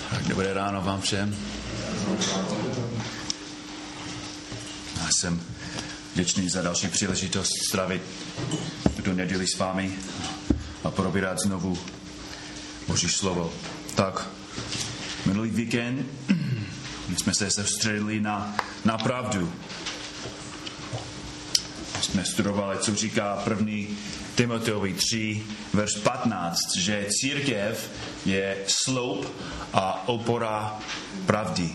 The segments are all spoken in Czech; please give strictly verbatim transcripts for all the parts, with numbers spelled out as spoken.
Dobré ráno vám všem. Já jsem vděčný za další příležitost strávit tu neděli s vámi a probírat znovu Boží slovo. Tak, minulý víkend jsme se soustředili na, na pravdu. Jsme studovali, co říká první Timoteovi tři, verš patnáct, že církev je sloup a opora pravdy.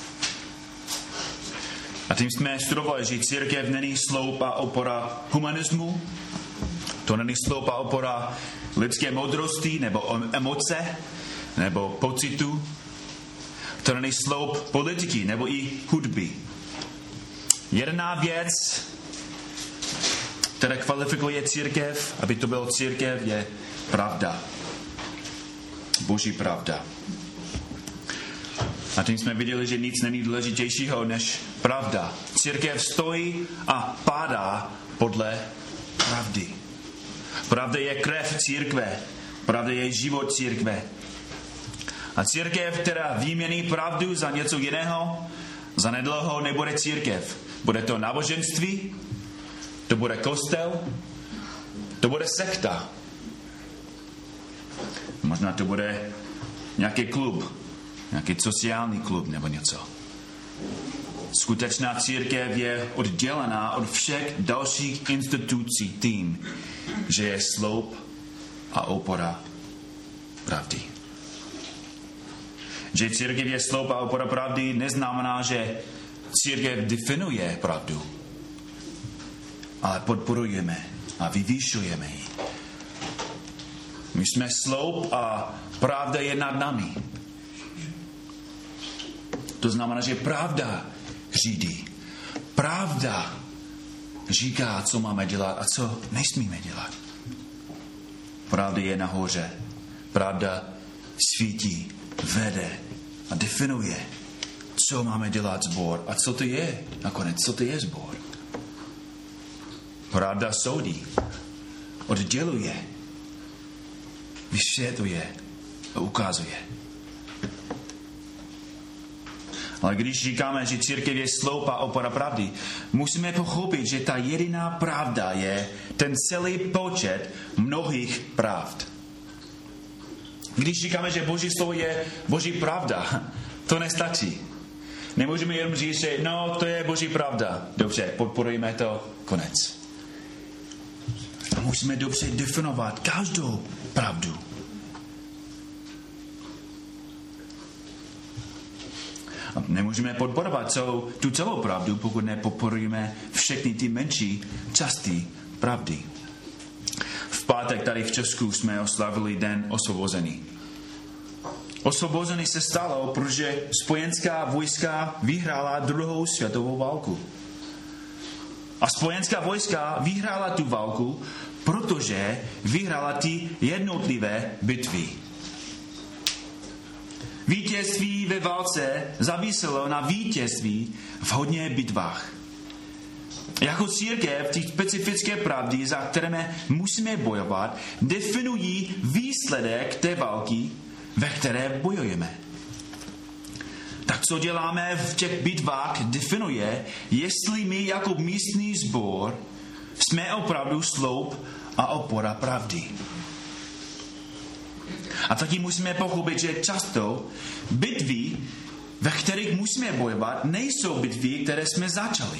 A tím jsme studovali, že církev není sloup a opora humanismu, to není sloup a opora lidské moudrosti nebo emoce nebo pocitu, to není sloup politiky nebo i hudby. Jedna věc, která kvalifikuje církev, aby to bylo církev, je pravda. Boží pravda. A tím jsme viděli, že nic není důležitějšího než pravda. Církev stojí a padá podle pravdy. Pravda je krev církve. Pravda je život církve. A církev, která výmění pravdu za něco jiného, za nedlouho nebude církev. Bude to náboženství, to bude kostel, to bude sekta. Možná to bude nějaký klub, nějaký sociální klub nebo něco. Skutečná církev je oddělená od všech dalších institucí tím, že je sloup a opora pravdy. Že církev je sloup a opora pravdy neznamená, že církev definuje pravdu, ale podporujeme a vyvýšujeme ji. My jsme sloup a pravda je nad námi. To znamená, že pravda řídí. Pravda říká, co máme dělat a co nesmíme dělat. Pravda je nahoře. Pravda svítí, vede a definuje, co máme dělat sbor a co to je nakonec, co to je sbor. Pravda soudí, odděluje, vysvětluje a ukazuje. Ale když říkáme, že církev je sloup a opora pravdy, musíme pochopit, že ta jediná pravda je ten celý počet mnohých pravd. Když říkáme, že Boží slovo je Boží pravda, to nestačí. Nemůžeme jenom říct, že no, to je Boží pravda. Dobře, podporujeme to, konec. A musíme dobře definovat každou pravdu. A nemůžeme podporovat celou, tu celou pravdu, pokud nepodporujeme všechny ty menší části pravdy. V pátek tady v Česku jsme oslavili Den osvobození. Osvobození se stalo, protože spojenská vojska vyhrála druhou světovou válku. A spojenská vojska vyhrála tu válku, protože vyhrála ty jednotlivé bitvy. Vítězství ve válce záviselo na vítězství v hodně bitvách. Jako církev ty specifické pravdy, za které musíme bojovat, definují výsledek té války, ve které bojujeme. Tak co děláme v těch bitvách, definuje, jestli my jako místní sbor jsme opravdu sloup a opora pravdy. A taky musíme pochopit, že často bitvy, ve kterých musíme bojovat, nejsou bitvy, které jsme začali.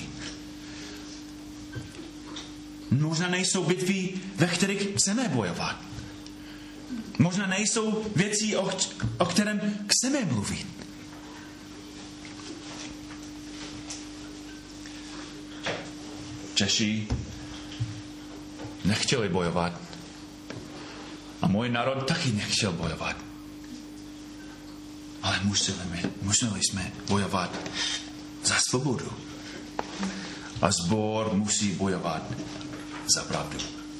Možná nejsou bitvy, ve kterých chceme bojovat. Možná nejsou věci, o, o kterém chceme mluvit. Češi nechtěli bojovat. A můj národ taky nechtěl bojovat. Ale museli, museli jsme bojovat za svobodu. A sbor musí bojovat za pravdu.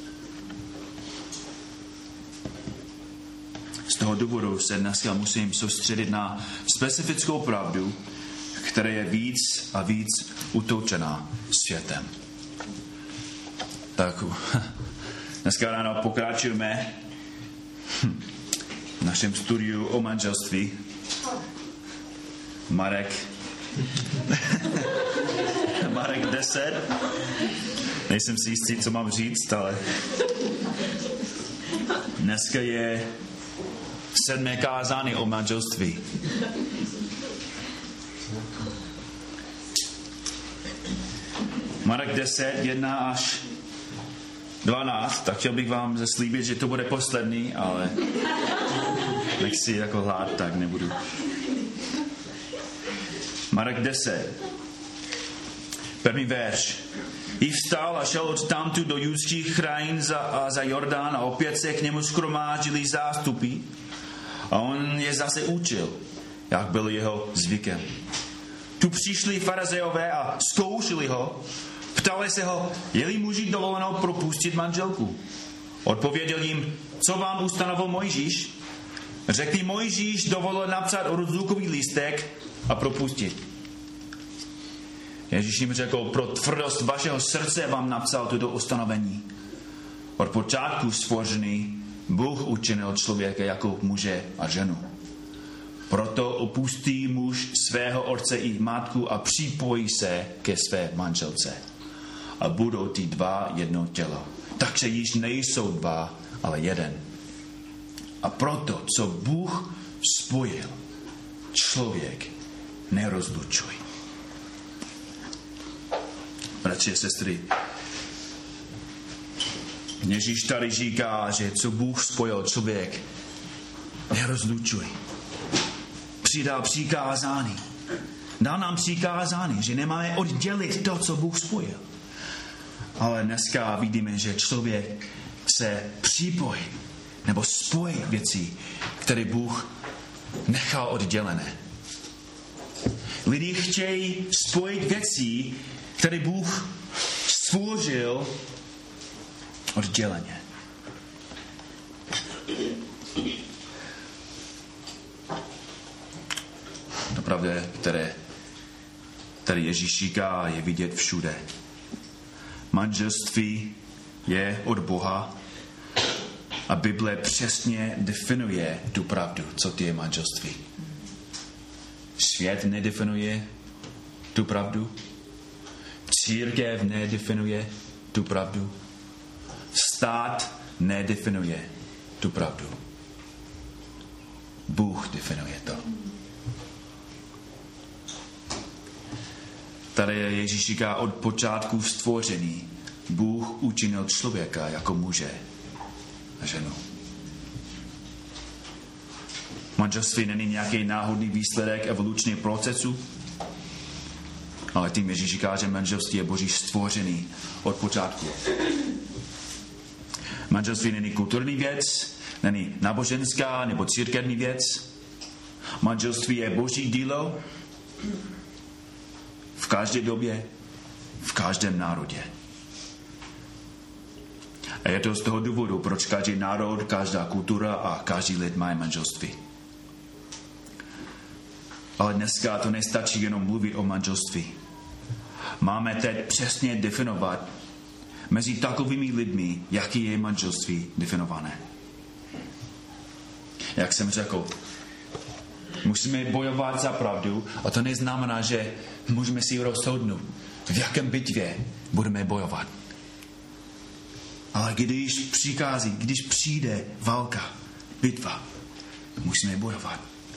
Z toho důvodu se dneska musím soustředit na specifickou pravdu, která je víc a víc utoučená světem. Tak dneska ráno pokračujeme v našem studiu o manželství. Marek. Marek deset. Nejsem si jistý, co mám říct, ale dneska je sedmé kázání o manželství. Marek deset, jedna až dvanáct, tak chtěl bych vám zaslíbit, že to bude poslední, ale nechci jako hlad, tak nebudu. Marek deset, první verš. I vstal a šel od tamtu do judských krajin za, a za Jordán a opět se k němu shromáždili zástupy a on je zase učil, jak byl jeho zvykem. Tu přišli farizeové a zkoušeli ho, ptali se ho, je-li muži dovoleno propustit manželku. Odpověděl jim, co vám ustanovil Mojžíš? Řekli, Mojžíš dovolil napsat rozlukový lístek a propustit. Ježíš jim řekl, pro tvrdost vašeho srdce vám napsal toto ustanovení. Od počátku stvořený Bůh učinil člověka jako muže a ženu. Proto opustí muž svého otce i matku a připojí se ke své manželce. A budou ty dva jedno tělo. Takže již nejsou dva, ale jeden. A proto, co Bůh spojil, člověk nerozlučuje. Bratři a sestry, Ježíš tady říká, že co Bůh spojil, člověk nerozlučuje. Přidal přikázání. Dal nám přikázání, že nemáme oddělit to, co Bůh spojil. Ale dneska vidíme, že člověk se připojí nebo spojí věci, které Bůh nechal oddělené. Lidi chtějí spojit věci, které Bůh stvořil odděleně. To pravda, které tady Ježíš říká, je vidět všude. Manželství je od Boha a Bible přesně definuje tu pravdu, co to je manželství. Svět nedefinuje tu pravdu. Církev nedefinuje tu pravdu. Stát nedefinuje tu pravdu. Bůh definuje to. Tady Ježíš říká, od počátku stvoření Bůh učinil člověka jako muže a ženu. Manželství není nějaký náhodný výsledek evolučního procesu, ale tím Ježíš říká, že manželství je Boží stvořený od počátku. Manželství není kulturní věc, není náboženská nebo církevní věc. Manželství je Boží dílo v každé době, v každém národě. A je to z toho důvodu, proč každý národ, každá kultura a každý lid má manželství. Ale dneska to nestačí jenom mluvit o manželství. Máme teď přesně definovat mezi takovými lidmi, jaký je manželství definované. Jak jsem řekl, musíme bojovat za pravdu a to neznamená, že můžeme si rozhodnout, v jakém bitvě budeme bojovat. Ale když přichází, když přijde válka, bitva, musíme bojovat.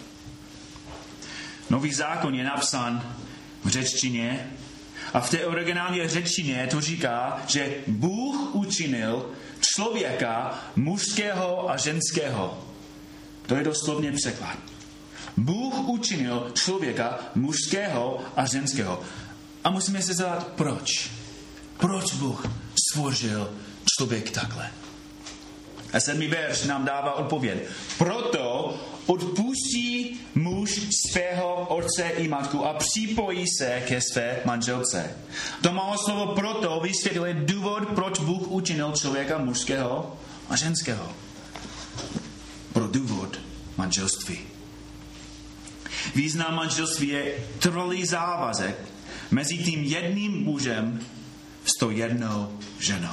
Nový zákon je napsán v řečtině a v té originální řečtině to říká, že Bůh učinil člověka mužského a ženského. To je doslovně překlad. Bůh učinil člověka mužského a ženského. A musíme se zeptat, proč? Proč Bůh stvořil člověk takhle? A sedmý verš nám dává odpověď. Proto odpustí muž svého otce i matku a připojí se ke své manželce. To malé slovo proto vysvětluje důvod, proč Bůh učinil člověka mužského a ženského. Pro důvod manželství. Význam manželství je trvalý závazek mezi tím jedním mužem s tou jednou ženou.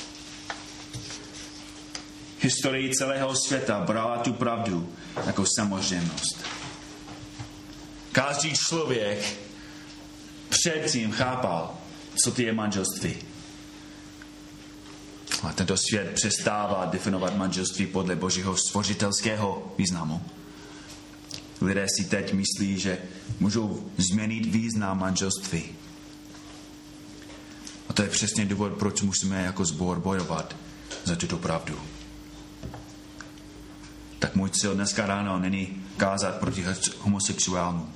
Historii celého světa brala tu pravdu jako samozřejmost. Každý člověk předtím chápal, co to je manželství. A tento svět přestává definovat manželství podle Božího stvořitelského významu. Lidé si teď myslí, že můžou změnit význam manželství. A to je přesně důvod, proč musíme jako sbor bojovat za tuto pravdu. Tak můj cíl dneska ráno není kázat proti homosexuálům.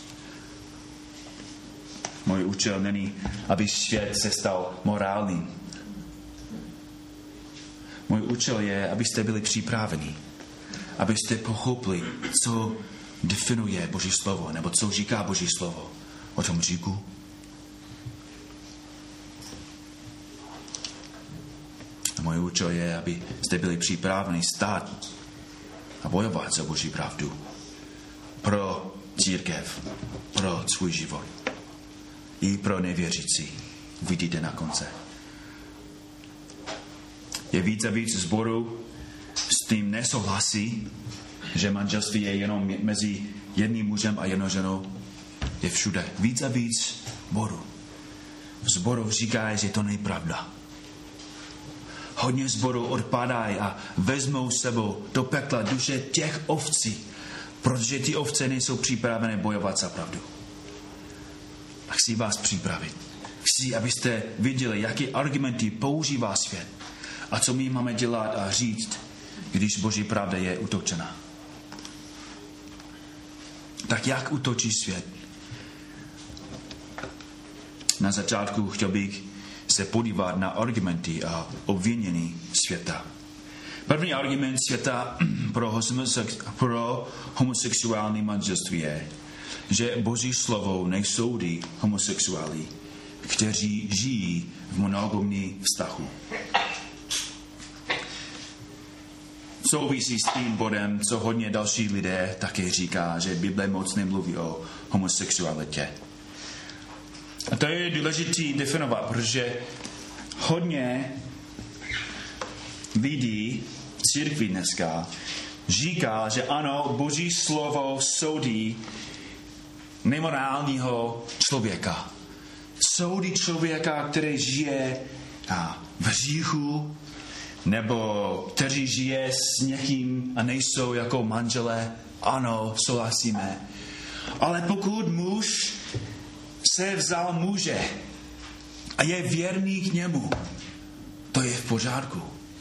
Můj účel není, aby svět se stal morálním. Můj účel je, abyste byli připraveni. Abyste pochopili, co definuje Boží slovo, nebo co říká Boží slovo o tom říku. A můj účel je, abyste byli připraveni stát a bojovat za Boží pravdu. Pro církev, pro svůj život. I pro nevěřící. Vidíte na konce. Je víc a víc sborů s tím nesouhlasí, že manželství je jenom mezi jedním mužem a jednou ženou. Je všude. Víc a víc sborů. Sborů říkají, že to není pravda. Hodně sborů odpadají a vezmou sebou do pekla duše těch ovcí, protože ty ovce nejsou připravené bojovat za pravdu. A chci vás připravit. Chci, abyste viděli, jaké argumenty používá svět a co my máme dělat a říct, když Boží pravda je útočena. Tak jak útočí svět? Na začátku chtěl bych se podívat na argumenty a obvinění světa. První argument světa pro, homosex, pro homosexuální manželství je, že Boží slovo nesoudí homosexuály, kteří žijí v monogamní vztahu. Souvisí s tím bodem, co hodně další lidé také říká, že Bible moc nemluví o homosexualitě. A to je důležité definovat, protože hodně lidí v církvi dneska říká, že ano, Boží slovo soudí nemorálního člověka. Soudí člověka, který žije v hříchu, nebo který žije s někým a nejsou jako manželé. Ano, souhlasíme. Ale pokud muž se vzal muže a je věrný k němu, to je v pořádku.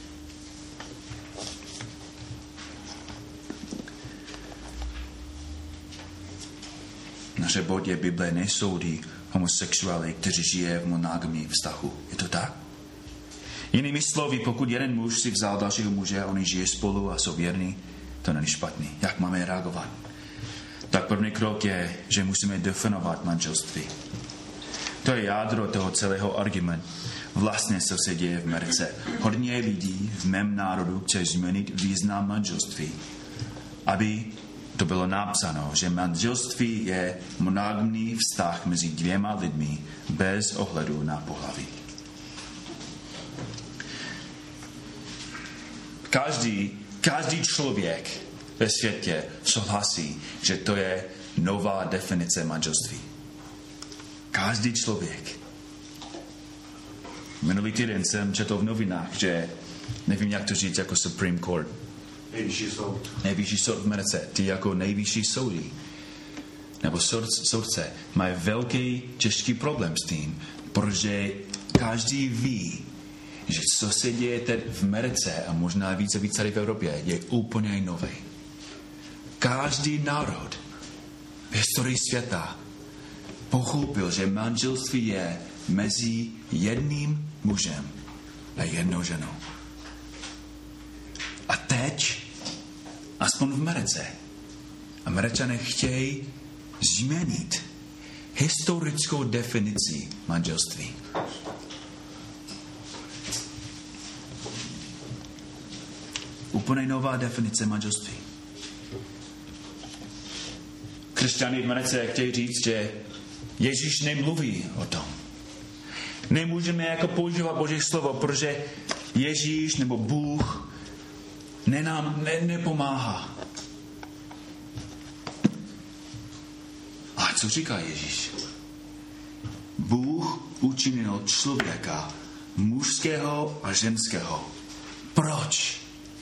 Naše bodě Bible nesoudí homosexuály, kteří žije v monogamním vztahu. Je to tak? Jinými slovy, pokud jeden muž si vzal dalšího muže a oni žije spolu a jsou věrní, to není špatný. Jak máme reagovat? Tak první krok je, že musíme definovat manželství. To je jádro toho celého argumentu. Vlastně, co se děje v Americe. Hodně lidí v mém národu chce změnit význam manželství, aby to bylo napsáno, že manželství je monogamní vztah mezi dvěma lidmi bez ohledu na pohlaví. Každý, každý člověk ve světě souhlasí, že to je nová definice manželství. Každý člověk. Minulý týden jsem četl v novinách, že nevím, jak to říct, jako Supreme Court. Nejvyšší soud. Nejvyšší soud v Americe. Ty jako nejvyšší soudy nebo soud, soudce mají velký, těžký problém s tím, protože každý ví, že co se děje teď v Americe a možná více víc tady v Evropě, je úplně nové. Každý národ v historii světa pochopil, že manželství je mezi jedním mužem a jednou ženou. A teď, aspoň v Americe, Američané chtějí změnit historickou definici manželství. Úplně nová definice manželství. Křesťané v Americe chtějí říct, že Ježíš nemluví o tom. Nemůžeme jako používat Boží slovo, protože Ježíš nebo Bůh ne nám ne, nepomáhá. A A co říká Ježíš? Bůh učinil člověka mužského a ženského. Proč?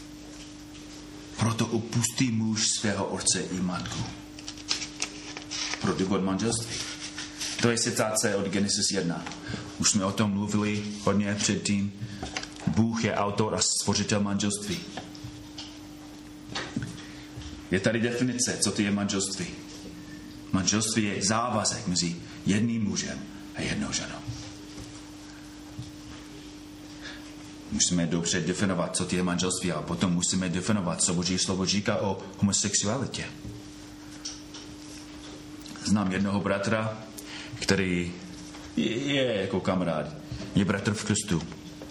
Proto opustí muž svého otce i matku. Pro důvod manželství. To je citace od Genesis jedna. Už jsme o tom mluvili hodně předtím. Bůh je autor a stvořitel manželství. Je tady definice, co to je manželství. Manželství je závazek mezi jedním mužem a jednou ženou. Musíme dobře definovat, co to je manželství, a potom musíme definovat, co Boží slovo říká o homosexualitě. Znám jednoho bratra, který je jako kamarád, je bratr v Kristu.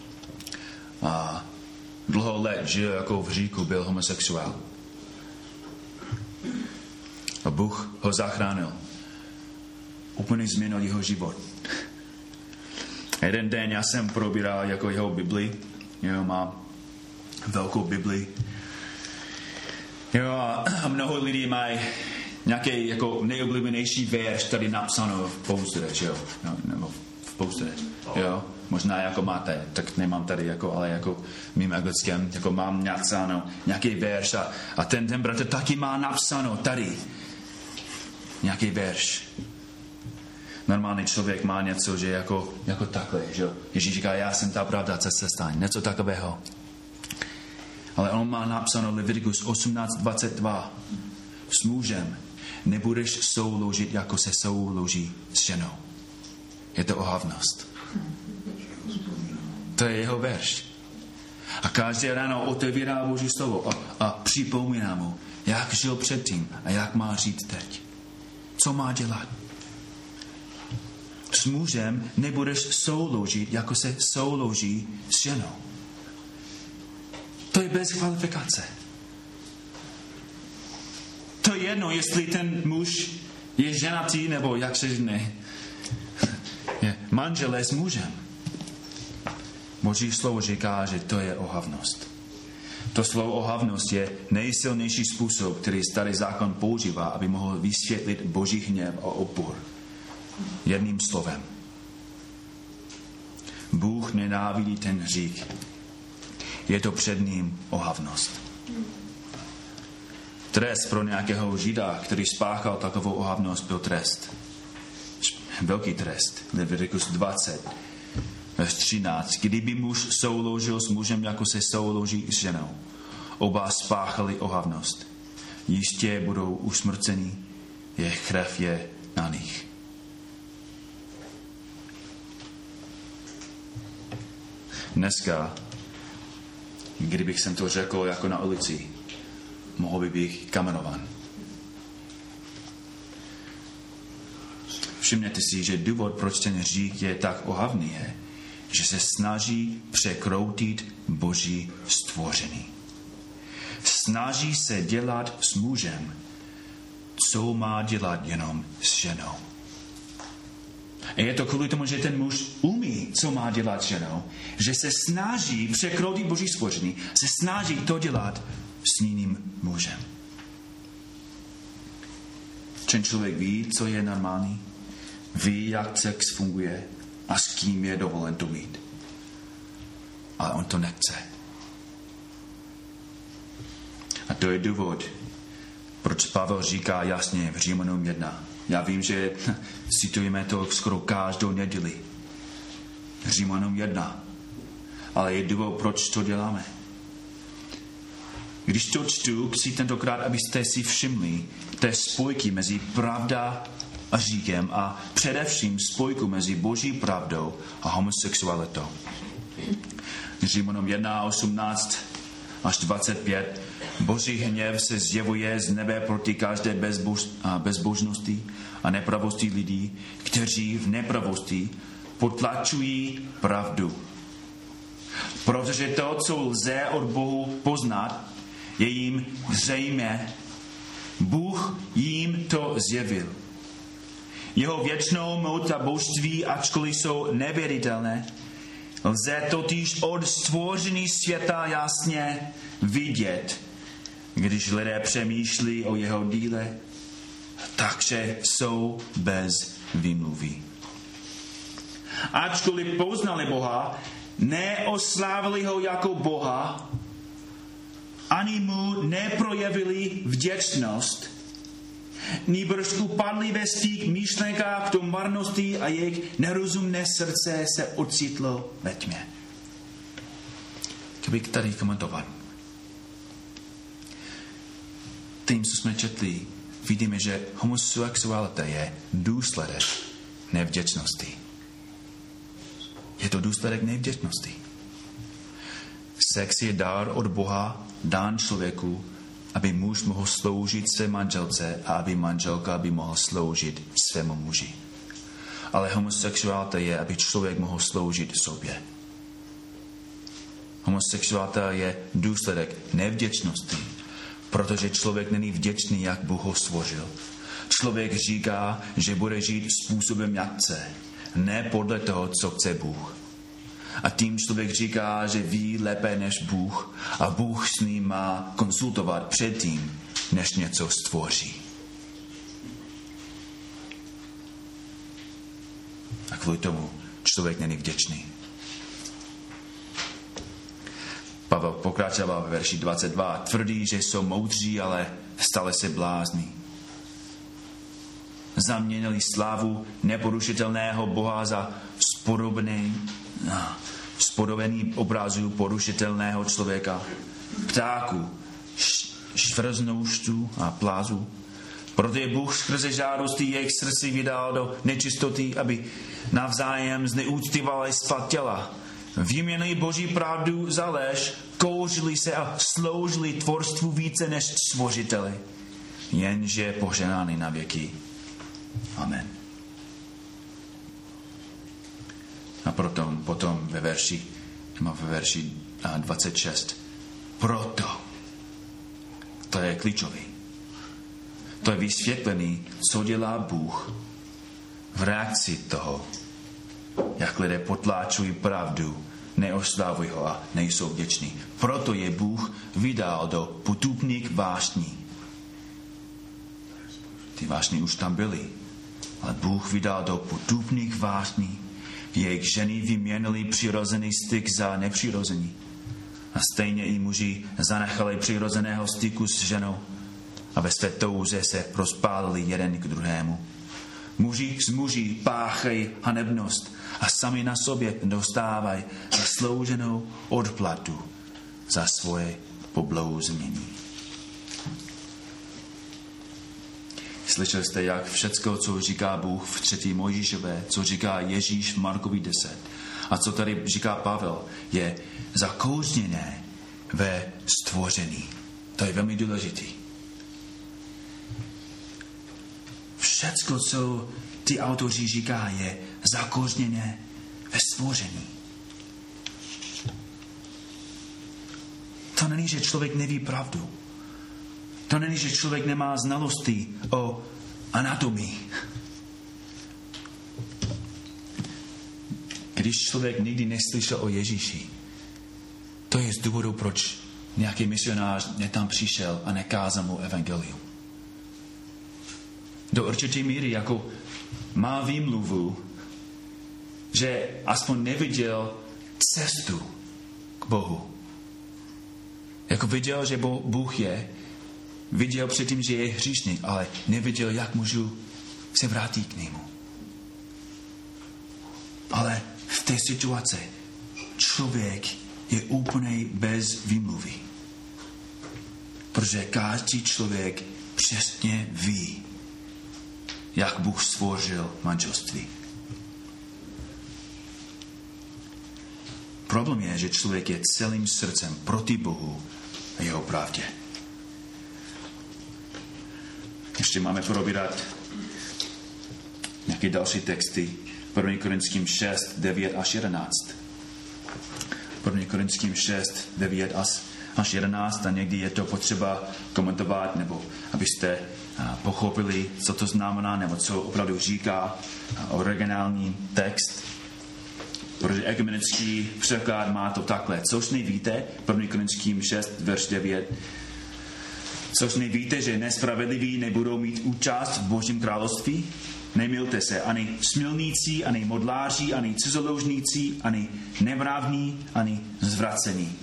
A dlouho let žil jako v hříchu, byl homosexuál. A Bůh ho zachránil. Úplně změnil jeho život. Jeden den já jsem probíral jako jeho Bibli. Jo, má velkou Bibli. Jo, a mnoho lidí mají nějaký jako nejoblíbenější verš tady napsáno v Pouzdereč, jo. No, nebo v Pouzdereč, jo. Možná jako máte, tak nemám tady, jako, ale jako mým anglickém, jako mám napsáno nějaký verš a, a ten, ten bratr taky má napsáno tady nějaký verš. Normální člověk má něco, že jako, jako takhle, že jo. Ježíš říká, já jsem ta pravda, cesta staň, něco takového. Ale on má napsáno Leviticus osmnáct dvacet dva. S mužem nebudeš souložit, jako se souloží s ženou. Je to ohavnost. To je jeho verš. A každý ráno otevírá Boží slovo a, a připomíná mu, jak žil předtím a jak má žít teď. Co má dělat? S mužem nebudeš souložit, jako se souloží s ženou. To je bez kvalifikace. To je jedno, jestli ten muž je ženatý, nebo jak se ne. Je manželé s mužem. Boží slovo říká, že to je ohavnost. To slovo ohavnost je nejsilnější způsob, který starý zákon používá, aby mohl vysvětlit Boží hněv a opor. Jedním slovem. Bůh nenávidí ten hřích. Je to před ním ohavnost. Trest pro nějakého Žida, který spáchal takovou ohavnost, byl trest. Velký trest. Leviticus dvacet, třináct. Kdyby muž souložil s mužem, jako se souloží s ženou, oba spáchali ohavnost. Jistě budou usmrceni, jejich krev je na nich. Dneska, kdybych jsem to řekl jako na ulici, mohl by být kamenovan. Všimněte si, že důvod, proč ten hřích je tak ohavný, je, že se snaží překroutit Boží stvoření. Snaží se dělat s mužem, co má dělat jenom s ženou. A je to kvůli tomu, že ten muž umí, co má dělat s ženou, že se snaží překroutit Boží stvoření, se snaží to dělat s jiným mužem. Ten člověk ví, co je normální, ví, jak sex funguje a s kým je dovolen to mít. Ale on to nechce. A to je důvod, proč Pavel říká jasně v Římanům jedna. Já vím, že citujeme to skoro každou neděli. Římanům jedna. Ale je důvod, proč to děláme. Když to čtu, chci tentokrát, abyste si všimli té spojky mezi pravda a hříchem a především spojku mezi Boží pravdou a homosexualitou. Římanům jedna, osmnáct až dvacet pět. Boží hněv se zjevuje z nebe proti každé bezbož, bezbožnosti a nepravosti lidí, kteří v nepravosti potlačují pravdu. Protože to, co lze od Bohu poznat, je jim zřejmé. Bůh jim to zjevil. Jeho věčnou moc a božství, ačkoliv jsou nevěřitelné, lze totiž od stvoření světa jasně vidět, když lidé přemýšlí o jeho díle. takže jsou bez výmluvy. Ačkoliv poznali Boha, neoslávili ho jako Boha, ani mu neprojevili vděčnost, nýbrž upadli ve svých myšlenkách do marnosti a jejich nerozumné srdce se ocitlo ve tmě. Kdybych tady komentovat. Tím, co jsme četli, vidíme, že homosexualita je důsledek nevděčnosti. Je to důsledek nevděčnosti. Sex je dar od Boha dán člověku, aby muž mohl sloužit své manželce a aby manželka by mohl sloužit svému muži. Ale homosexualita je, aby člověk mohl sloužit sobě. Homosexualita je důsledek nevděčnosti, protože člověk není vděčný, jak Bůh ho stvořil. Člověk říká, že bude žít způsobem, jak chce, ne podle toho, co chce Bůh. A tím člověk říká, že ví lépe než Bůh a Bůh s ním má konsultovat předtím, než něco stvoří. A kvůli tomu člověk není vděčný. Pavel pokračoval ve verši dvacet dva. Tvrdí, že jsou moudří, ale stále se blázní. Zaměnili slávu neporušitelného Boha za spodobený, spodobený obrazu porušitelného člověka, ptáku, švrznouštů a plázu. Proto je Bůh skrze žádosti jejich srdci vydal do nečistoty, aby navzájem zneuctívali svá těla. Vyměnili Boží pravdu za lež, kouřili se a sloužili tvorstvu více než stvořiteli, jenže poženány na věky. Amen. A potom, potom ve verši, ve verši dvacet šest. Proto. To je klíčový. To je vysvětlený, co dělá Bůh v reakci toho, jak lidé potláčují pravdu, neoslávují ho a nejsou vděční. Proto je Bůh vydal do potupných vášní. Ty vášní už tam byly, ale Bůh vydal do potupných vášní. Jejich ženy vyměnili přirozený styk za nepřirozený. A stejně i muži zanechali přirozeného styku s ženou a ve své touze se rozpálili jeden k druhému. Muži s muži páchají hanebnost a sami na sobě dostávají zaslouženou odplatu za svoje poblouznění. Slyšeli jste, jak všecko, co říká Bůh v třetí Mojžíšové, co říká Ježíš v Markovi deset a co tady říká Pavel, je zakořeněné ve stvoření. To je velmi důležitý. Všecko, co ty autoři říká, je zakořeněné ve stvoření. To není, že člověk neví pravdu. To není, že člověk nemá znalosti o anatomii. Když člověk nikdy neslyšel o Ježíši, to je z důvodu, proč nějaký misionář tam přišel a nekázal mu evangelium. Do určité míry jako má výmluvu, že aspoň neviděl cestu k Bohu. Jako viděl, že Bůh je, viděl předtím, že je hříšník, ale neviděl, jak můžu se vrátit k němu. Ale v té situaci člověk je úplně bez výmluvy. Protože každý člověk přesně ví, jak Bůh stvořil manželství. Problém je, že člověk je celým srdcem proti Bohu a jeho pravdě. Ještě máme probírat nějaké další texty. první Korinským šest, devět až jedenáct. první Korinským šest, devět až jedenáct a někdy je to potřeba komentovat, nebo abyste pochopili, co to znamená, nebo co opravdu říká originální text. Protože ekumenický překlad má to takhle. Což nevíte, první Korinským šest, verš devět. Což nevíte, že nespravedliví nebudou mít účast v Božím království? Nemilte se, ani smilníci, ani modláři, ani cizoložníci, ani nemravní, ani zvracení.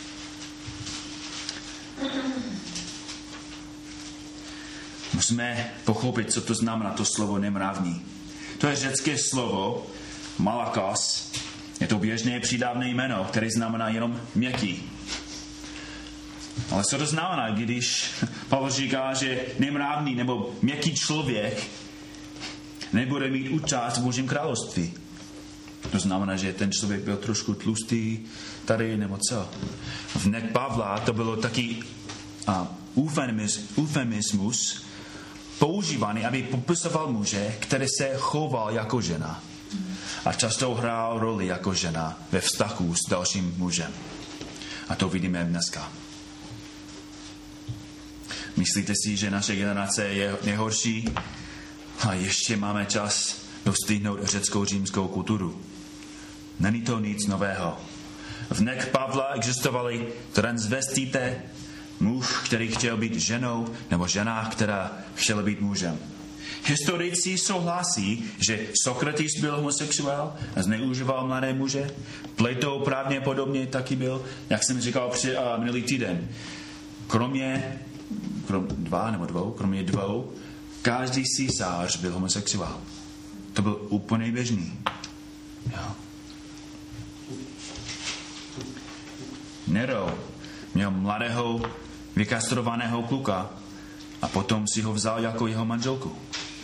Musíme pochopit, co to znamená to slovo nemravní. To je řecké slovo malakos. Je to běžné přídavné jméno, které znamená jenom měkký. Ale co to znamená, když Pavel říká, že nemravný nebo měkký člověk nebude mít účast v Božím království? To znamená, že ten člověk byl trošku tlustý tady nebo co. V dnech Pavla to bylo taky uh, eufemismus používaný, aby popisoval muže, který se choval jako žena. A často hrál roli jako žena ve vztahu s dalším mužem. A to vidíme dneska. Myslíte si, že naše generace je nejhorší? A ještě máme čas dostihnout řeckou římskou kulturu. Není to nic nového. V dnech Pavla existovali transvestité, muž, který chtěl být ženou, nebo žena, která chtěla být mužem. Historici souhlasí, že Sokrates byl homosexuál a zneužíval mladé muže. Plato pravděpodobně taky byl, jak jsem říkal při, uh, minulý týden. Kromě krom, dva nebo dvou, kromě dvou, každý císař byl homosexuál. To byl úplně běžný. Jo. Nero měl mladého vykastrovaného kluka a potom si ho vzal jako jeho manželku.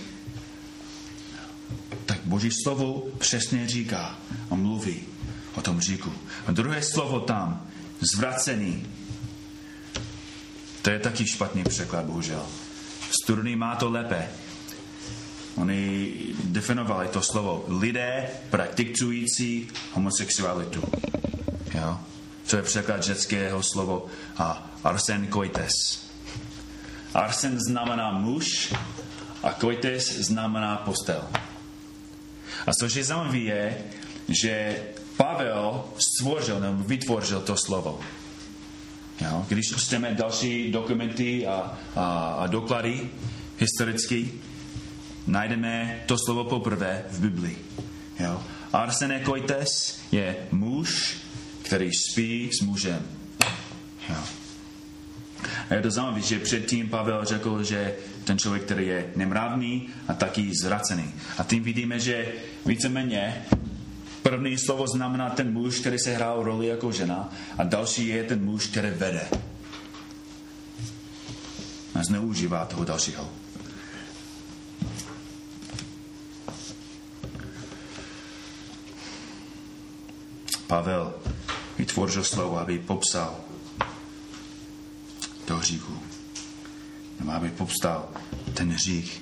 Tak Boží slovo přesně říká a mluví o tom říku. A druhé slovo tam, zvracený, to je taky špatný překlad, bohužel. Studný má to lépe. Oni definovali to slovo lidé praktikující homosexualitu. Jo? Co je překlad řeckého slovo a arsen koites. Arsen znamená muž a koites znamená postel. A což je zajímavé je, že Pavel stvořil nebo vytvořil to slovo. Jo? Když čteme další dokumenty a, a, a doklady historicky, najdeme to slovo poprvé v Biblii. Jo? Arsene koites je muž, který spí s mužem. Jo. A je to zajímavé, že předtím Pavel řekl, že ten člověk, který je nemravný a taky zvracený. A tím vidíme, že víceméně první slovo znamená ten muž, který se hrál roli jako žena, a další je ten muž, který vede. A zneužívá toho dalšího. Pavel vytvořil slovo, aby popsal do hříchu. Nebo aby popsal ten hřích.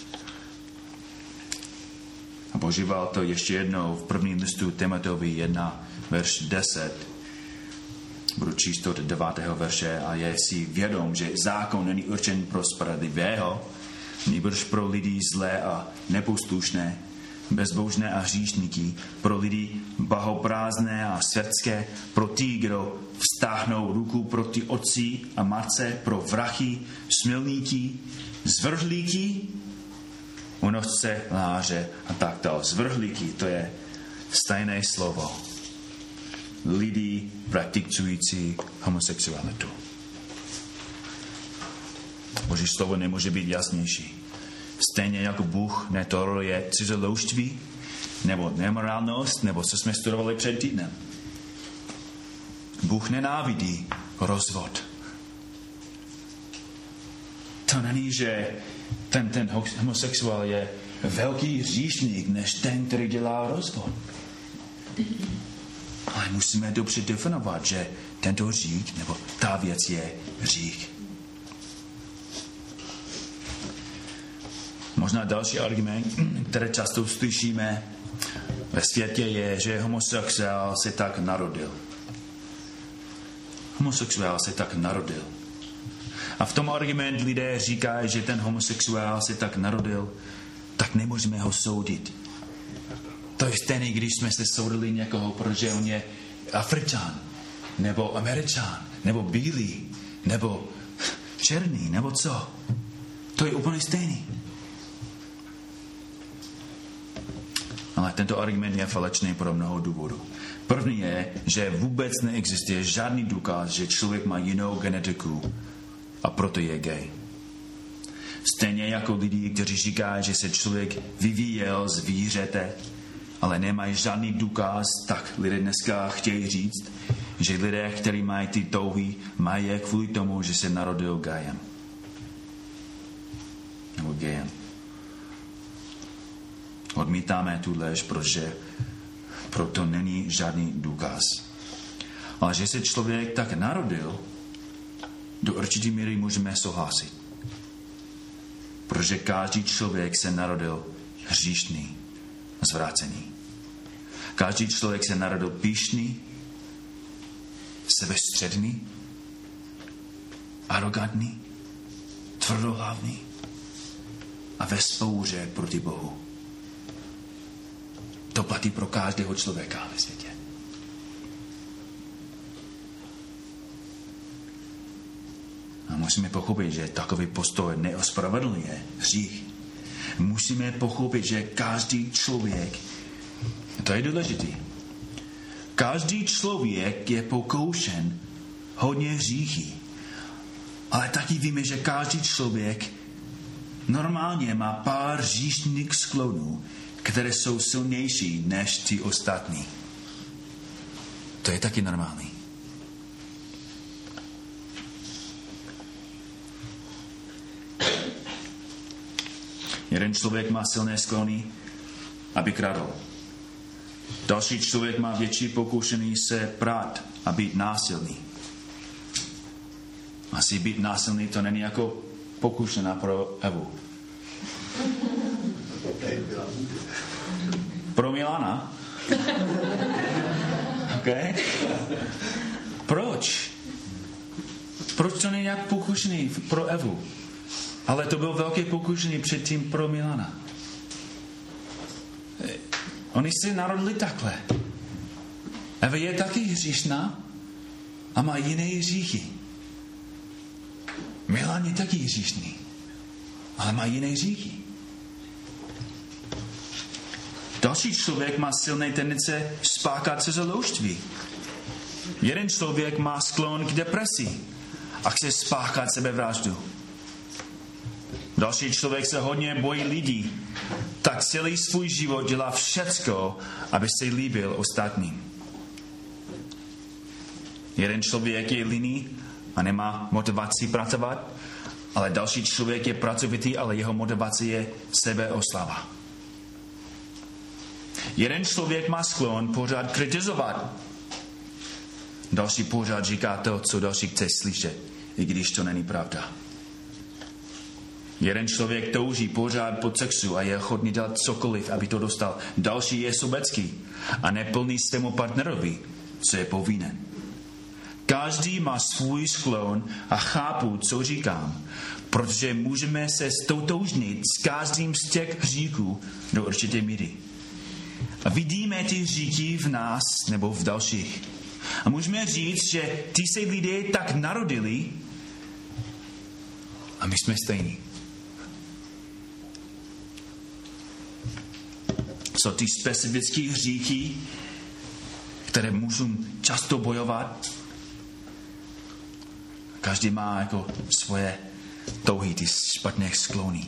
A používal to ještě jednou v prvním listu Timoteovi jedna, verš deset. Budu číst od devátého verše a je si vědom, že zákon není určen pro spravedlivého, nýbrž pro lidi zlé a neposlušné, bezbožné a hříšníky, pro lidi bahoprázdné a srdské, pro ty, kdo vztáhnou ruku proti otci a matce, pro vrachy, smilníky, zvrhlíky, unosce, láře a tak dále. Zvrhlíky, to je stejné slovo. Lidi praktikující homosexualitu. Boží slovo nemůže být jasnější. Stejně jako Bůh netoleruje cizoložství, nebo nemorálnost, nebo co jsme studovali před týdnem. Bůh nenávidí rozvod. To není, že ten, ten homosexuál je velký hříšník, než ten, který dělá rozvod. Ale musíme dobře definovat, že tento hřích, nebo ta věc je hřích. Možná další argument, který často slyšíme ve světě, je, že homosexuál se tak narodil. Homosexuál se tak narodil. A v tom argument lidé říkají, že ten homosexuál se tak narodil, tak nemůžeme ho soudit. To je stejný, když jsme se soudili někoho, protože on je Afričan, nebo Američan, nebo bílý, nebo černý, nebo co? To je úplně stejný. Ale tento argument je falešný pro mnoho důvodů. První je, že vůbec neexistuje žádný důkaz, že člověk má jinou genetiku a proto je gay. Stejně jako lidi, kteří říkají, že se člověk vyvíjel zvířete, ale nemají žádný důkaz, tak lidé dneska chtějí říct, že lidé, kteří mají ty touhy, mají je kvůli tomu, že se narodil gajem. Nebo gejem. Odmítáme tu lež, protože proto není žádný důkaz. Ale že se člověk tak narodil, do určité míry můžeme souhlasit. Protože každý člověk se narodil hříšný, zvrácený. Každý člověk se narodil pyšný, sebestředný, arrogantní, tvrdohlavný a ve spouře proti Bohu. To platí pro každého člověka ve světě. A musíme pochopit, že takový postoj neospravedlňuje hřích. Musíme pochopit, že každý člověk, to je důležité, každý člověk je pokoušen hodně hříchy. Ale taky víme, že každý člověk normálně má pár hříšných sklonů, které jsou silnější než ty ostatní. To je taky normální. Jeden člověk má silné sklony, aby kradl. Další člověk má větší pokušení se prát a být násilný. Asi být násilný to není jako pokušená pro Evu. Pro Milana? Okay. Proč? Proč to není nějak pokušený pro Evu? Ale to byl velký pokušený předtím pro Milana. Oni se narodili takhle. Eva je taky hříšná a má jiné hříchy. Milan je taky hříšný, ale má jiné hříchy. Další člověk má silné tendence spáchat cizoložství. Jeden člověk má sklon k depresi a chce spáchat sebevraždu. Další člověk se hodně bojí lidí, tak celý svůj život dělá všecko, aby se líbil ostatním. Jeden člověk je líný a nemá motivaci pracovat, ale další člověk je pracovitý, ale jeho motivace je sebeoslava. Jeden člověk má sklon pořád kritizovat. Další pořád říká to, co další chce slyšet, i když to není pravda. Jeden člověk touží pořád po sexu a je ochotný dělat cokoliv, aby to dostal. Další je sobecký a neplný svému partnerovi, co je povinen. Každý má svůj sklon a chápu, co říkám, protože můžeme se stoutožnit s každým z těch hříchů do určité míry. A vidíme ty hříchy v nás nebo v dalších. A můžeme říct, že ty se lidé tak narodili a my jsme stejní. Jsou ty specifické hříchy, které můžou často bojovat. Každý má jako svoje touhy, ty špatné sklony.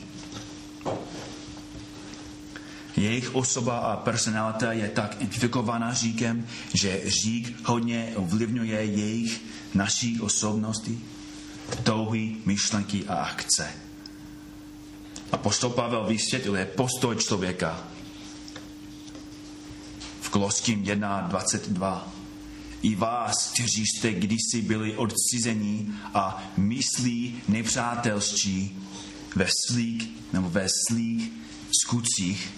Jejich osoba a personalita je tak infikovaná hříchem, že hřích hodně ovlivňuje jejich naší osobnosti, touhy, myšlenky a akce. Apoštol Pavel vysvětluje postoj člověka v Koloským jedna dvacet dva. I vás, kteří jste kdysi byli odcizení a myslí nepřátelští ve slích nebo ve slých skutcích.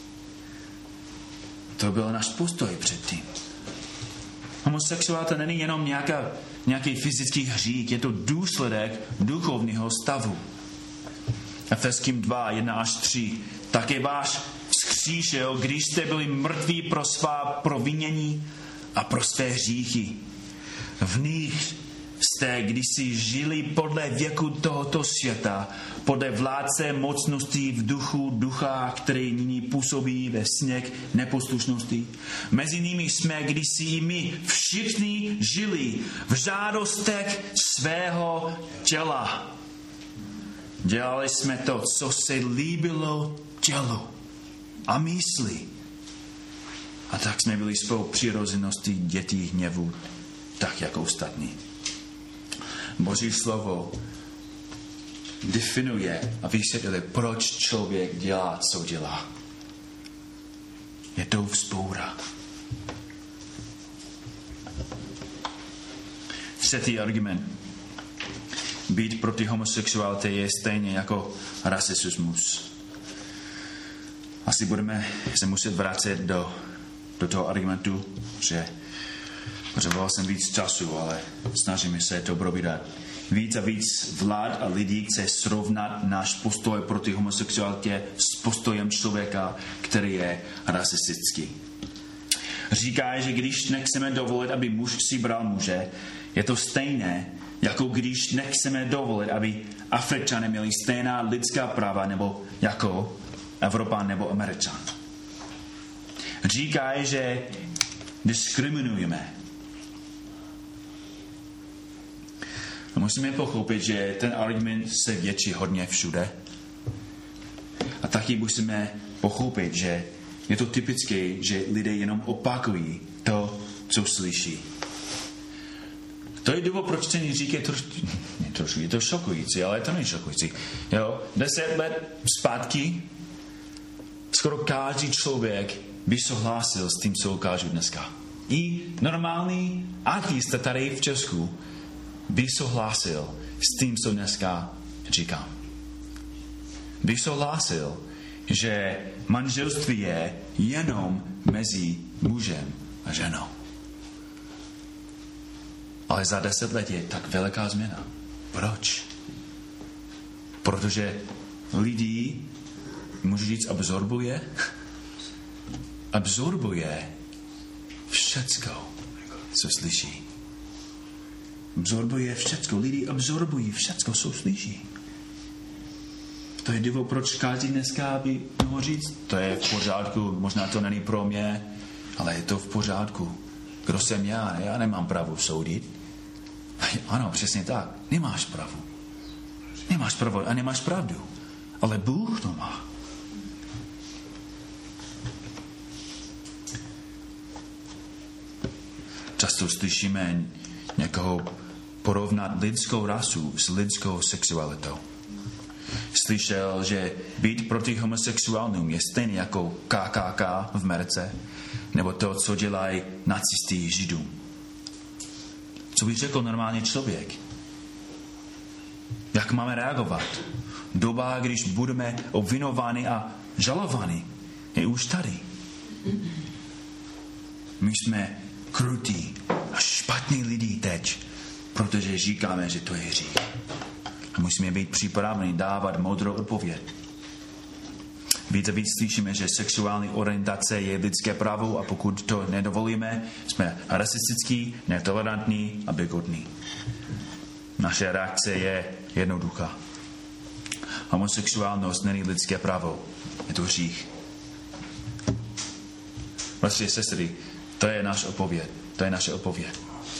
To byl náš postoj předtím. Homosexualita není jenom nějaká, nějaký fyzický hřích, je to důsledek duchovního stavu. Efeským dva, jedna až tři. Také váš vzkříšel, když jste byli mrtví pro svá provinění a pro své hříchy. V nich jste kdysi žili podle věku tohoto světa, podle vládce mocností v duchu ducha, který nyní působí ve sněk neposlušnosti. Mezi nimi jsme kdysi i my všichni žili v žádostech svého těla. Dělali jsme to, co se líbilo tělu a mysli. A tak jsme byli svou přirozeností dětí hněvu, tak jako ostatní. Boží slovo definuje a vysvětluje, proč člověk dělá, co dělá. Je to vzpoura. Třetí argument. Být proti homosexualitě je stejně jako rasismus. Asi budeme se muset vrátit do, do toho argumentu, že potřeboval jsem víc času, ale snažíme se to probírat. Víc a víc vlád a lidí chce srovnat náš postoj proti homosexualitě s postojem člověka, který je rasistický. Říká, že když nechceme dovolit, aby muž si bral muže, je to stejné, jako když nechceme dovolit, aby Afričané měli stejná lidská práva nebo jako Evropan nebo Američan. Říká, že diskriminujeme. A musíme pochopit, že ten argument se větší hodně všude. A taky musíme pochopit, že je to typické, že lidé jenom opakují to, co slyší. To je důvod, proč ten řík je trošku, trošku, je to šokující, ale to není šokující. Jo, deset let zpátky skoro každý člověk by souhlasil s tím, co ukážu dneska. I normální ateista tady v Česku by souhlasil s tím, co dneska říkám. By souhlasil, že manželství je jenom mezi mužem a ženou. Ale za deset let je tak veliká změna. Proč? Protože lidi, můžu říct, absorbuje, absorbuje všecko, co slyší. Absorbuje všecko. Lidi absorbují všecko, co slyší. To je důvod, proč každý dneska by mohl říct, to je v pořádku, možná to není pro mě, ale je to v pořádku. Kdo jsem já? Já nemám právo soudit. Ano, přesně tak. Nemáš právo. Nemáš právo a nemáš pravdu. Ale Bůh to má. Často slyšíme někoho porovnat lidskou rasu s lidskou sexualitou. Slyšel, že být proti homosexuálům je stejný jako K K K v Americe, nebo to, co dělají nacisti Židům. Co by řekl normální člověk? Jak máme reagovat? Doba, když budeme obvinováni a žalováni, je už tady. My jsme krutí a špatní lidi teď, protože říkáme, že to je hřích. A musíme být připraveni dávat moudrou odpověď. Víc a víc slyšíme, že sexuální orientace je lidské právo a pokud to nedovolíme, jsme rasistický, netolerantní a bigotní. Naše reakce je jednoduchá. Homosexuálnost není lidské právo, je to hřích. Bratři a sestry, to je naš odpověď. To je naše odpověď.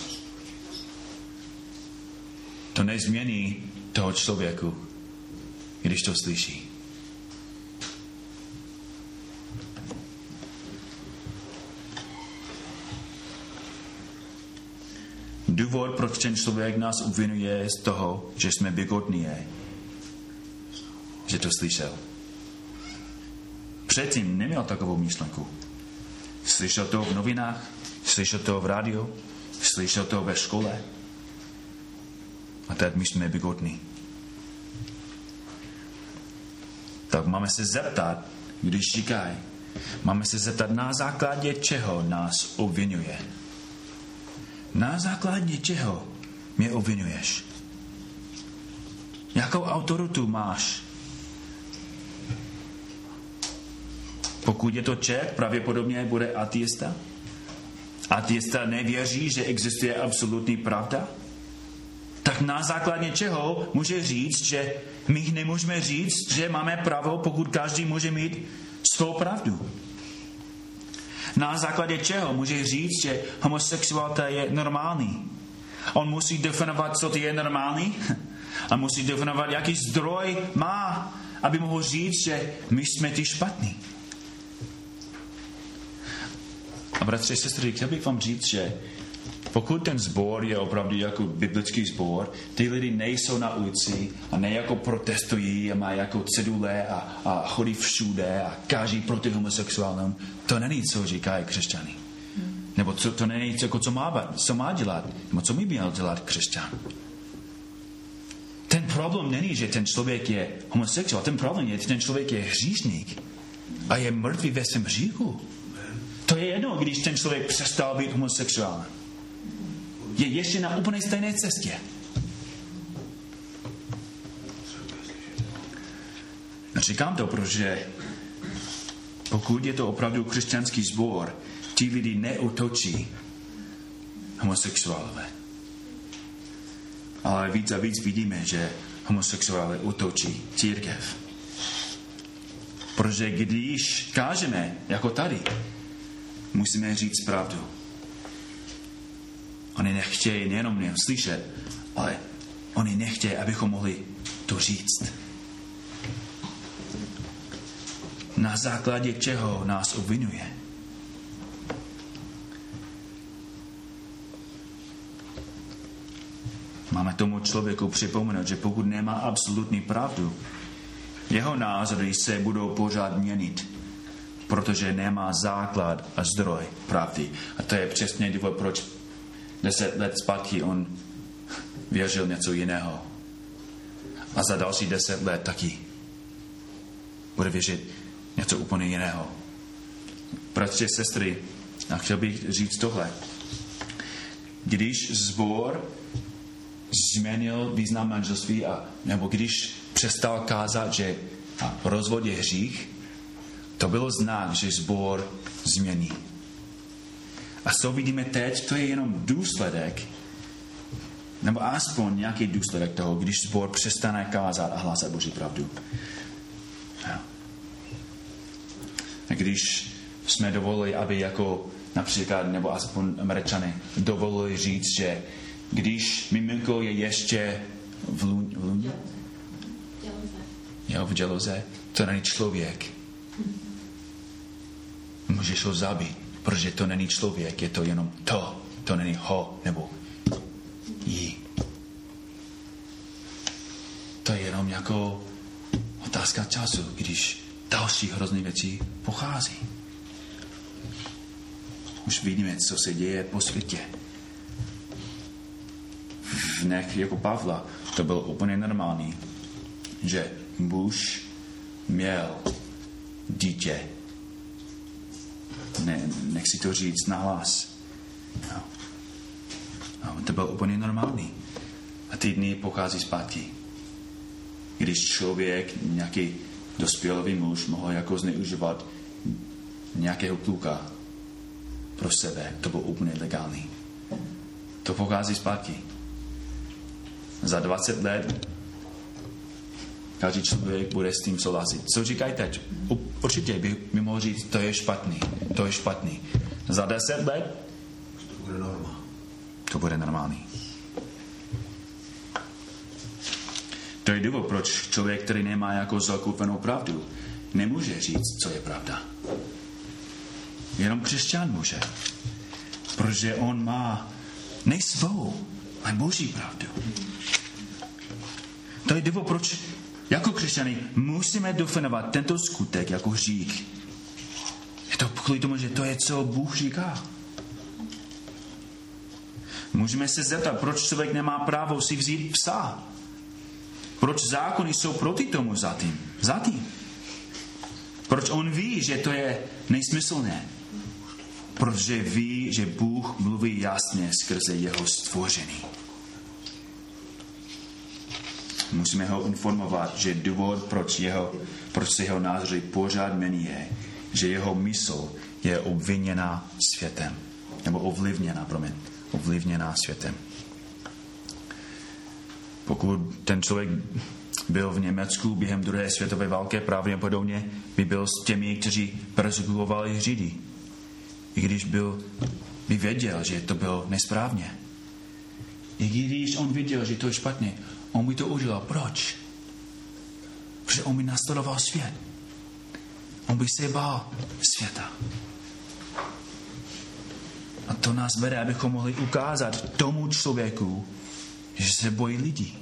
To nezmění toho člověku, když to slyší. Důvod, proč ten člověk nás obvinuje z toho, že jsme bigotní, je, že to slyšel. Předtím neměl takovou myšlenku. Slyšel to v novinách, slyšel to v rádiu, slyšel to ve škole. A teď my jsme bigotní. Tak máme se zeptat, když říkají, máme se zeptat, na základě čeho nás obvinuje. Na základě čeho mě obvinuješ? Jakou autoritu máš? Pokud je to Čech, pravděpodobně bude ateista. Ateista nevěří, že existuje absolutní pravda. na základě čeho může říct, že my nemůžeme říct, že máme právo, pokud každý může mít svou pravdu? Na základě čeho může říct, že homosexualita je normální? On musí definovat, co to je normální, a musí definovat, jaký zdroj má, aby mohl říct, že my jsme ty špatní. A bratři, sestry, chtěl bych vám říct, že pokud ten sbor je opravdu jako biblický sbor, ty lidi nejsou na ulici a ne jako protestují a mají jako cedule a, a chodí všude a káží proti homosexuálům, to není, co říkají křesťany. Nebo co, to není, jako, co, má, co má dělat, nebo co by měl dělat křesťan. Ten problém není, že ten člověk je homosexuál, ten problém je, že ten člověk je hříšník a je mrtvý ve svém hříchu. To je jedno, když ten člověk přestal být homosexuální. Je ještě na úplně stejné cestě. Říkám to, protože pokud je to opravdu křesťanský sbor, ti lidi neútočí homosexuálové. Ale víc a víc vidíme, že homosexuálové útočí církev. Protože když kážeme, jako tady, musíme říct pravdu. Oni nechtějí nejenom jen slyšet, ale oni nechtějí, abychom mohli to říct. Na základě čeho nás obvinuje. Máme tomu člověku připomenout, že pokud nemá absolutní pravdu, jeho názory se budou pořád měnit, protože nemá základ a zdroj pravdy. A to je přesně důvod, proč deset let zpátky on věřil něco jiného. A za další deset let taky bude věřit něco úplně jiného. Bratři, sestry, a chtěl bych říct tohle. Když sbor změnil význam manželství, a, nebo když přestal kázat, že rozvod je hřích, to bylo znak, že sbor změní. A co vidíme teď, to je jenom důsledek, nebo aspoň nějaký důsledek toho, když sbor přestane kázat a hlásat Boží pravdu. A když jsme dovolili, aby jako například, nebo aspoň Američany, dovolili říct, že když miminko je ještě v lůně, jo, v děloze, to není člověk. Můžeš ho zabít, protože to není člověk, je to jenom to. To není ho, nebo jí. To je jenom jako otázka času, když další hrozné věci pochází. Už vidíme, co se děje po světě. V dnech jako Pavla to bylo úplně normální, že muž měl dítě. Ne, nechci to říct nahlas. No. No, to bylo úplně normální. A ty dny pochází zpátky. Když člověk, nějaký dospělý muž, mohl jako zneužívat nějakého kluka pro sebe, to bylo úplně legální. To pochází zpátky. Za dvacet let každý člověk bude s tím souhlasit. Co říkají teď? Určitě bych mi mohl říct, to je špatný, to je špatný. Za deset let to bude normální. To bude normální. To je důvod, proč člověk, který nemá jako zakoupenou pravdu, nemůže říct, co je pravda. Jenom křesťan může. Protože on má ne svou, ale Boží pravdu. To je důvod, proč jako křesťané musíme definovat tento skutek jako hřích. Je to kvůli tomu, že to je, co Bůh říká. Můžeme se zeptat, proč člověk nemá právo si vzít psa. Proč zákony jsou proti tomu zatím? Zatím. Proč on ví, že to je nesmyslné? Protože ví, že Bůh mluví jasně skrze jeho stvoření. Musíme ho informovat, že důvod, proč, jeho, proč se jeho názory pořád mění, je, že jeho mysl je obviněna světem. Nebo ovlivněna, promiň, ovlivněna světem. Pokud ten člověk byl v Německu během druhé světové války, pravděpodobně by byl s těmi, kteří persekuovali Židy. I když byl, by věděl, že to bylo nesprávně. I když on viděl, že to je špatně, on by to udělal. Proč? Protože on by nastudoval svět. On by se bál světa. A to nás vede, abychom mohli ukázat tomu člověku, že se bojí lidí.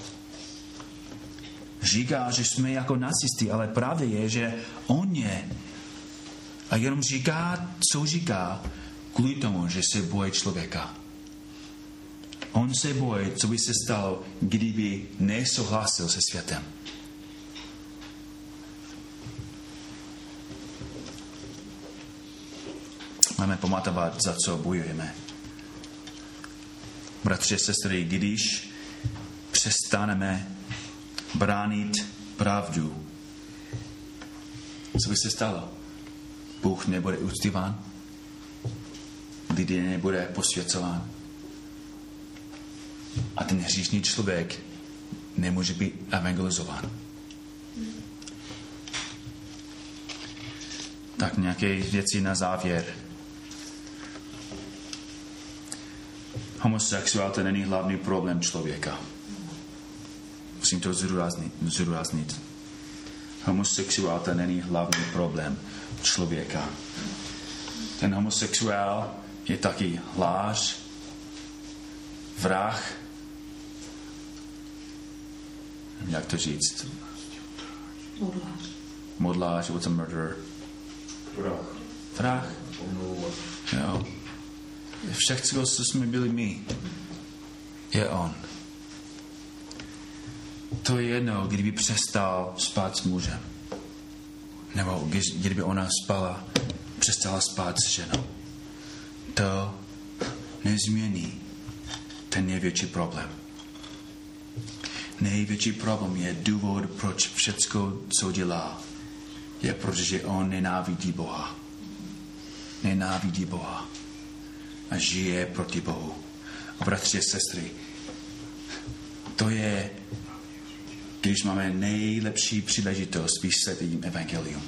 Říká, že jsme jako nacisti, ale pravda je, že on je. A jenom říká, co říká, kvůli tomu, že se bojí člověka. On se bojí, co by se stalo, kdyby nesouhlasil se světem. Máme pamatovat, za co bojujeme. Bratři a sestry, když přestaneme bránit pravdu, co by se stalo? Bůh nebude uctíván, lidé nebude posvěcován a ten hříšný člověk nemůže být evangelizován. Tak nějaké věci na závěr. Homosexualita není hlavní problém člověka. Musím to zdůraznit. Homosexualita není hlavní problém člověka. Ten homosexuál je taky lhář, vrah, jak to říct? Modlář. Modlář, what's a murderer? Vrah. Vrah. Jo. Všechno, co jsme byli my, je on. To je jedno, kdyby přestal spát s mužem. Nebo kdyby ona spala, přestala spát s ženou. To nezmění ten největší problém. Největší problém je důvod, proč všecko, co dělá, je protože on nenávidí Boha. Nenávidí Boha. A žije proti Bohu. A bratři a sestry, to je, když máme nejlepší příležitost vysvětlit jim evangelium.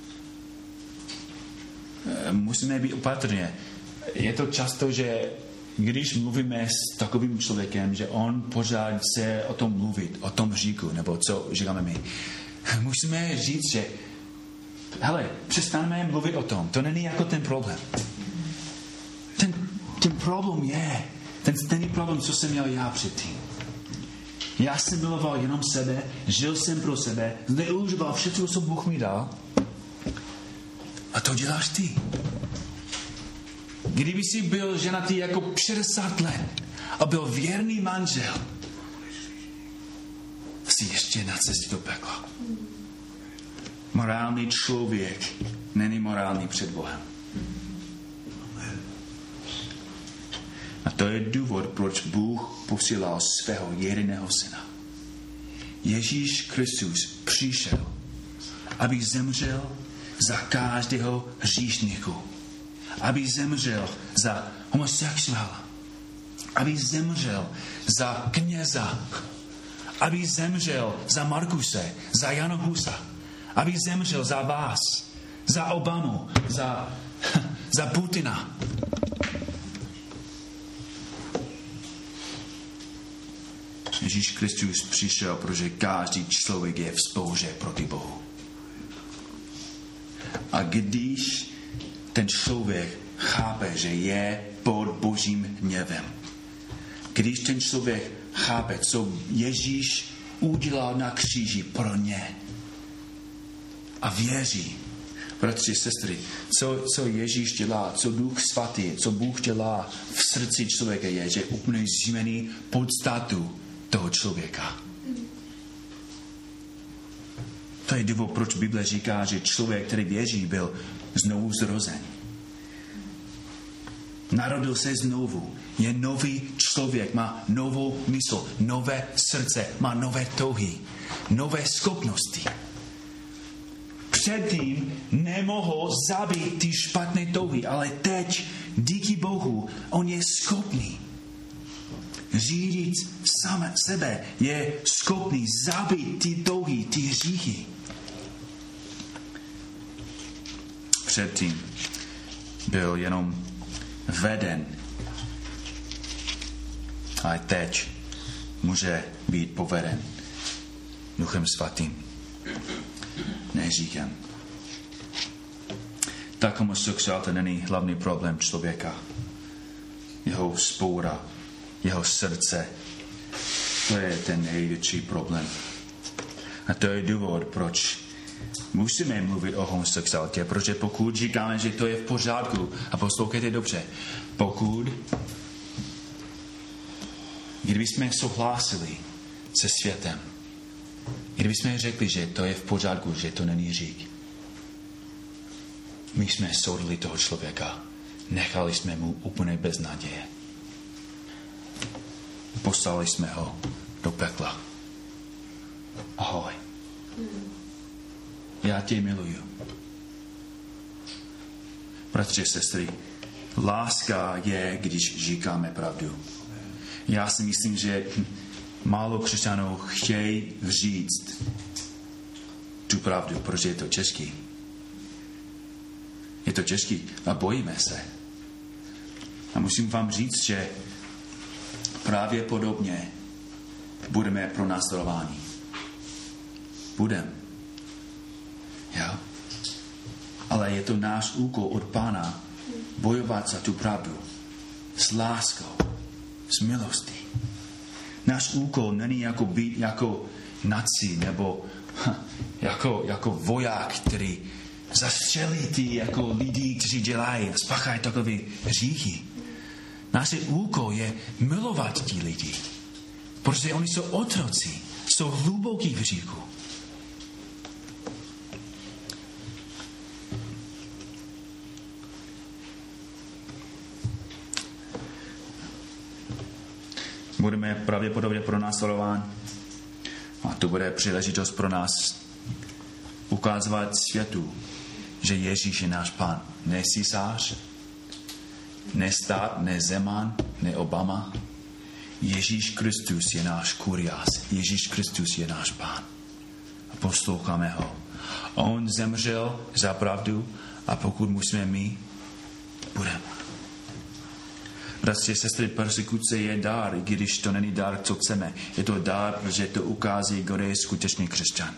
Musíme být opatrně. Je to často, že když mluvíme s takovým člověkem, že on pořád chce o tom mluvit, o tom říku, nebo co říkáme my, musíme říct, že hele, přestaneme mluvit o tom. To není jako ten problém. Ten, ten problém je, ten stejný problém, co jsem měl já předtím. Já jsem miloval jenom sebe, žil jsem pro sebe, zneužíval všechno, co Bůh mi dal. A to děláš ty. Kdyby jsi byl ženatý jako šedesát let a byl věrný manžel, jsi ještě na cestě do pekla. Morální člověk není morální před Bohem. A to je důvod, proč Bůh posílal svého jediného syna. Ježíš Kristus přišel, aby zemřel za každého hříšníku. Aby zemřel za homosexuála. Aby zemřel za kněza. Aby zemřel za Markuse, za Jana Husa. Aby zemřel za vás, za Obamu, za, za Putina. Ježíš Kristus přišel, protože každý člověk je v spouře proti Bohu. A když ten člověk chápe, že je pod Božím hněvem, když ten člověk chápe, co Ježíš udělal na kříži pro ně a věří, bratři, sestry, co, co Ježíš dělá, co Duch Svatý, co Bůh dělá v srdci člověka je, že úplně změní podstatu toho člověka. To je důvod, proč Bible říká, že člověk, který věří, byl znovu zrozen. Narodil se znovu. Je nový člověk, má novou mysl, nové srdce, má nové touhy, nové schopnosti. Předtím nemohl zabít ty špatné touhy, ale teď, díky Bohu, on je schopný řídit sám sebe, je schopný zabít ty touhy, ty hříchy. Předtím byl jenom veden. A teď může být poveden Duchem Svatým, ne hříchem. Tak homosexualita není hlavní problém člověka. Jeho spoura, jeho srdce, to je ten největší problém. A to je důvod, proč musíme mluvit o homosexualitě, protože pokud říkáme, že to je v pořádku, a poslouchejte dobře, pokud kdybychom souhlasili se světem, kdybychom řekli, že to je v pořádku, že to není hřích, my jsme soudili toho člověka, nechali jsme mu úplně bez naděje. Poslali jsme ho do pekla. Ahoj. Já tě miluju. Bratři, sestry, láska je, když říkáme pravdu. Já si myslím, že málo křesťanů chtějí říct tu pravdu, protože je to těžký. Je to těžký a bojíme se. A musím vám říct, že právě podobně budeme pronásledováni. Budeme. Jo? Ale je to náš úkol od Pána bojovat za tu pravdu. S láskou. S milostí. Náš úkol není jako být jako naci nebo ha, jako, jako voják, který zastřelí ty jako lidi, kteří dělají, spáchají takové hříchy. Náš úkol je milovat ti lidi, protože oni jsou otroci, jsou hluboký v hříchu. Budeme pravděpodobně pronásledováni a to bude příležitost pro nás ukázat světu, že Ježíš je náš Pán. Ne císař, ne stát, ne Zeman, ne Obama. Ježíš Kristus je náš kuriás. Ježíš Kristus je náš Pán. A posloucháme ho. On zemřel za pravdu a pokud musíme my, budeme. Bratři, sestry, persekuce je dár, i když to není dár, co chceme. Je to dár, protože to ukází, kdo je skutečný křesťan.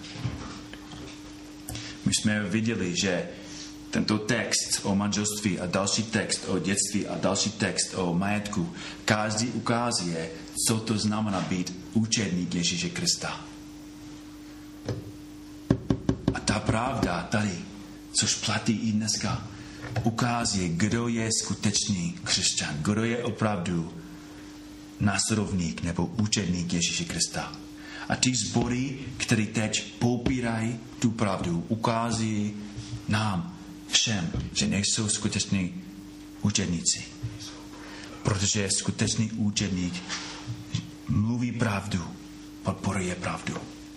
My jsme viděli, že tento text o manželství a další text o dětství a další text o majetku, každý ukazuje, co to znamená být učedník Ježíše Krista. A ta pravda tady, což platí i dneska, ukazuje, kdo je skutečný křesťan, kdo je opravdu následovník nebo učedník Ježíše Krista. A ty sbory, které teď popírají tu pravdu, ukáží nám všem, že nejsou skuteční učedníci. Protože skutečný učedník mluví pravdu, podporuje pravdu.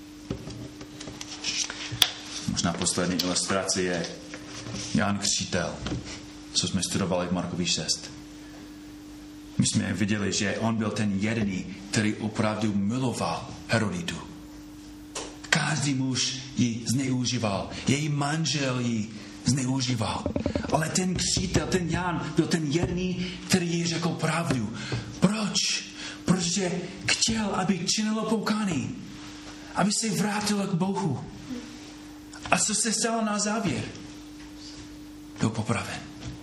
Možná poslední ilustrace je Jan Křtitel, co jsme studovali v Markovi šest. My jsme viděli, že on byl ten jediný, který opravdu miloval Heroditu. Každý muž ji zneužíval, její manžel ji zneužíval. Ale ten křtitel, ten Jan, byl ten jediný, který jí řekl pravdu. Proč? Protože chtěl, aby činilo poukání, aby se vrátilo k Bohu. A co se stalo na závěr? Byl popraven.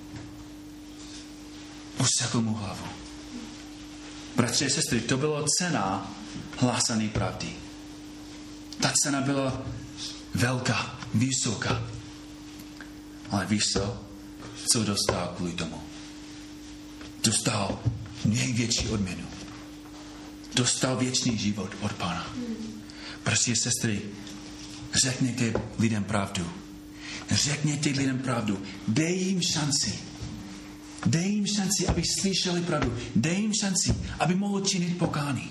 Usekl mu hlavu. Bratři a sestry, to byla cena hlásané pravdy. Ta cena byla velká, vysoká. Ale víš co? Co dostal kvůli tomu? Dostal největší odměnu. Dostal věčný život od Pána. Bratři a sestry, řekněte lidem pravdu. Řekněte lidem pravdu. Dej jim šanci. Dej jim šanci, aby slyšeli pravdu. Dej jim šanci, aby mohli činit pokání.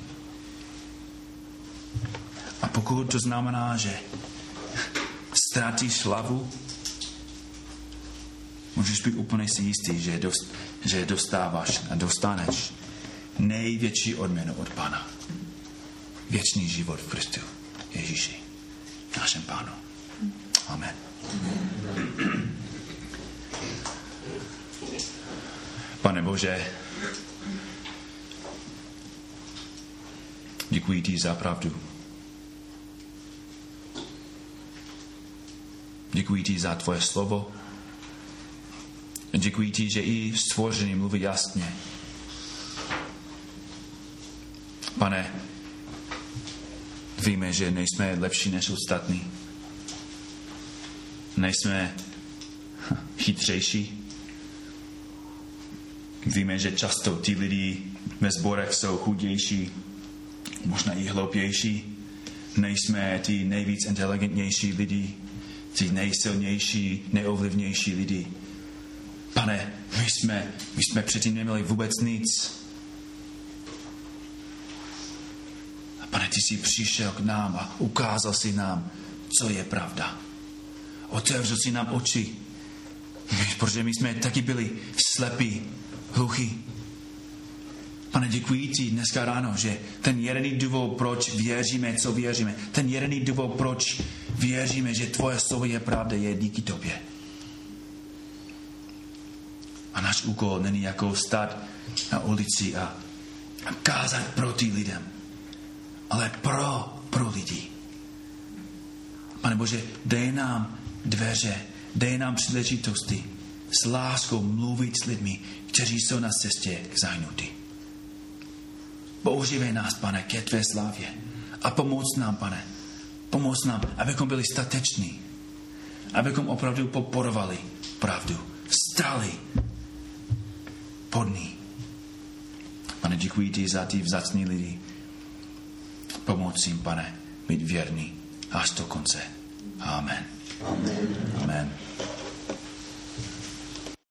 A pokud to znamená, že ztrátíš hlavu, můžeš být úplně si jistý, že, dost, že dostáváš a dostaneš největší odměnu od Pána. Věčný život v Kristu Ježíši, našem Pánu. Amen. Pane Bože, děkuji ti za pravdu. Děkuji ti za tvoje slovo. Děkuji ti, že i stvoření mluví jasně. Pane, víme, že nejsme lepší než ostatní. Nejsme chytřejší. Víme, že často ti lidi ve sborech jsou chudější, možná i hloupější. Nejsme ti nejvíc inteligentnější lidi, ti nejsilnější, nejovlivnější lidi. Pane, my jsme, my jsme předtím neměli vůbec nic. A Pane, ty jsi přišel k nám a ukázal si nám, co je pravda. Otevřel si nám oči, protože my jsme taky byli slepí, hluchí. Pane, děkuji ti dneska ráno, že ten jediný důvod, proč věříme, co věříme, ten jediný důvod, proč věříme, že tvoje slovo je pravda, je díky tobě. A náš úkol není jako stát na ulici a kázat proti lidem, ale pro, pro lidi. Pane Bože, dej nám dveře, dej nám příležitosti s láskou mluvit s lidmi, kteří jsou na cestě k zahynutí. Používej nás, Pane, ke tvé slávě a pomoc nám, Pane. Pomoc nám, abychom byli stateční, abychom opravdu podporovali pravdu, stáli pod ní. Pane, děkuji ti za ty vzácný lidi. Pomoc jim, Pane, být věrný až do konce. Amen. Amen. Amen.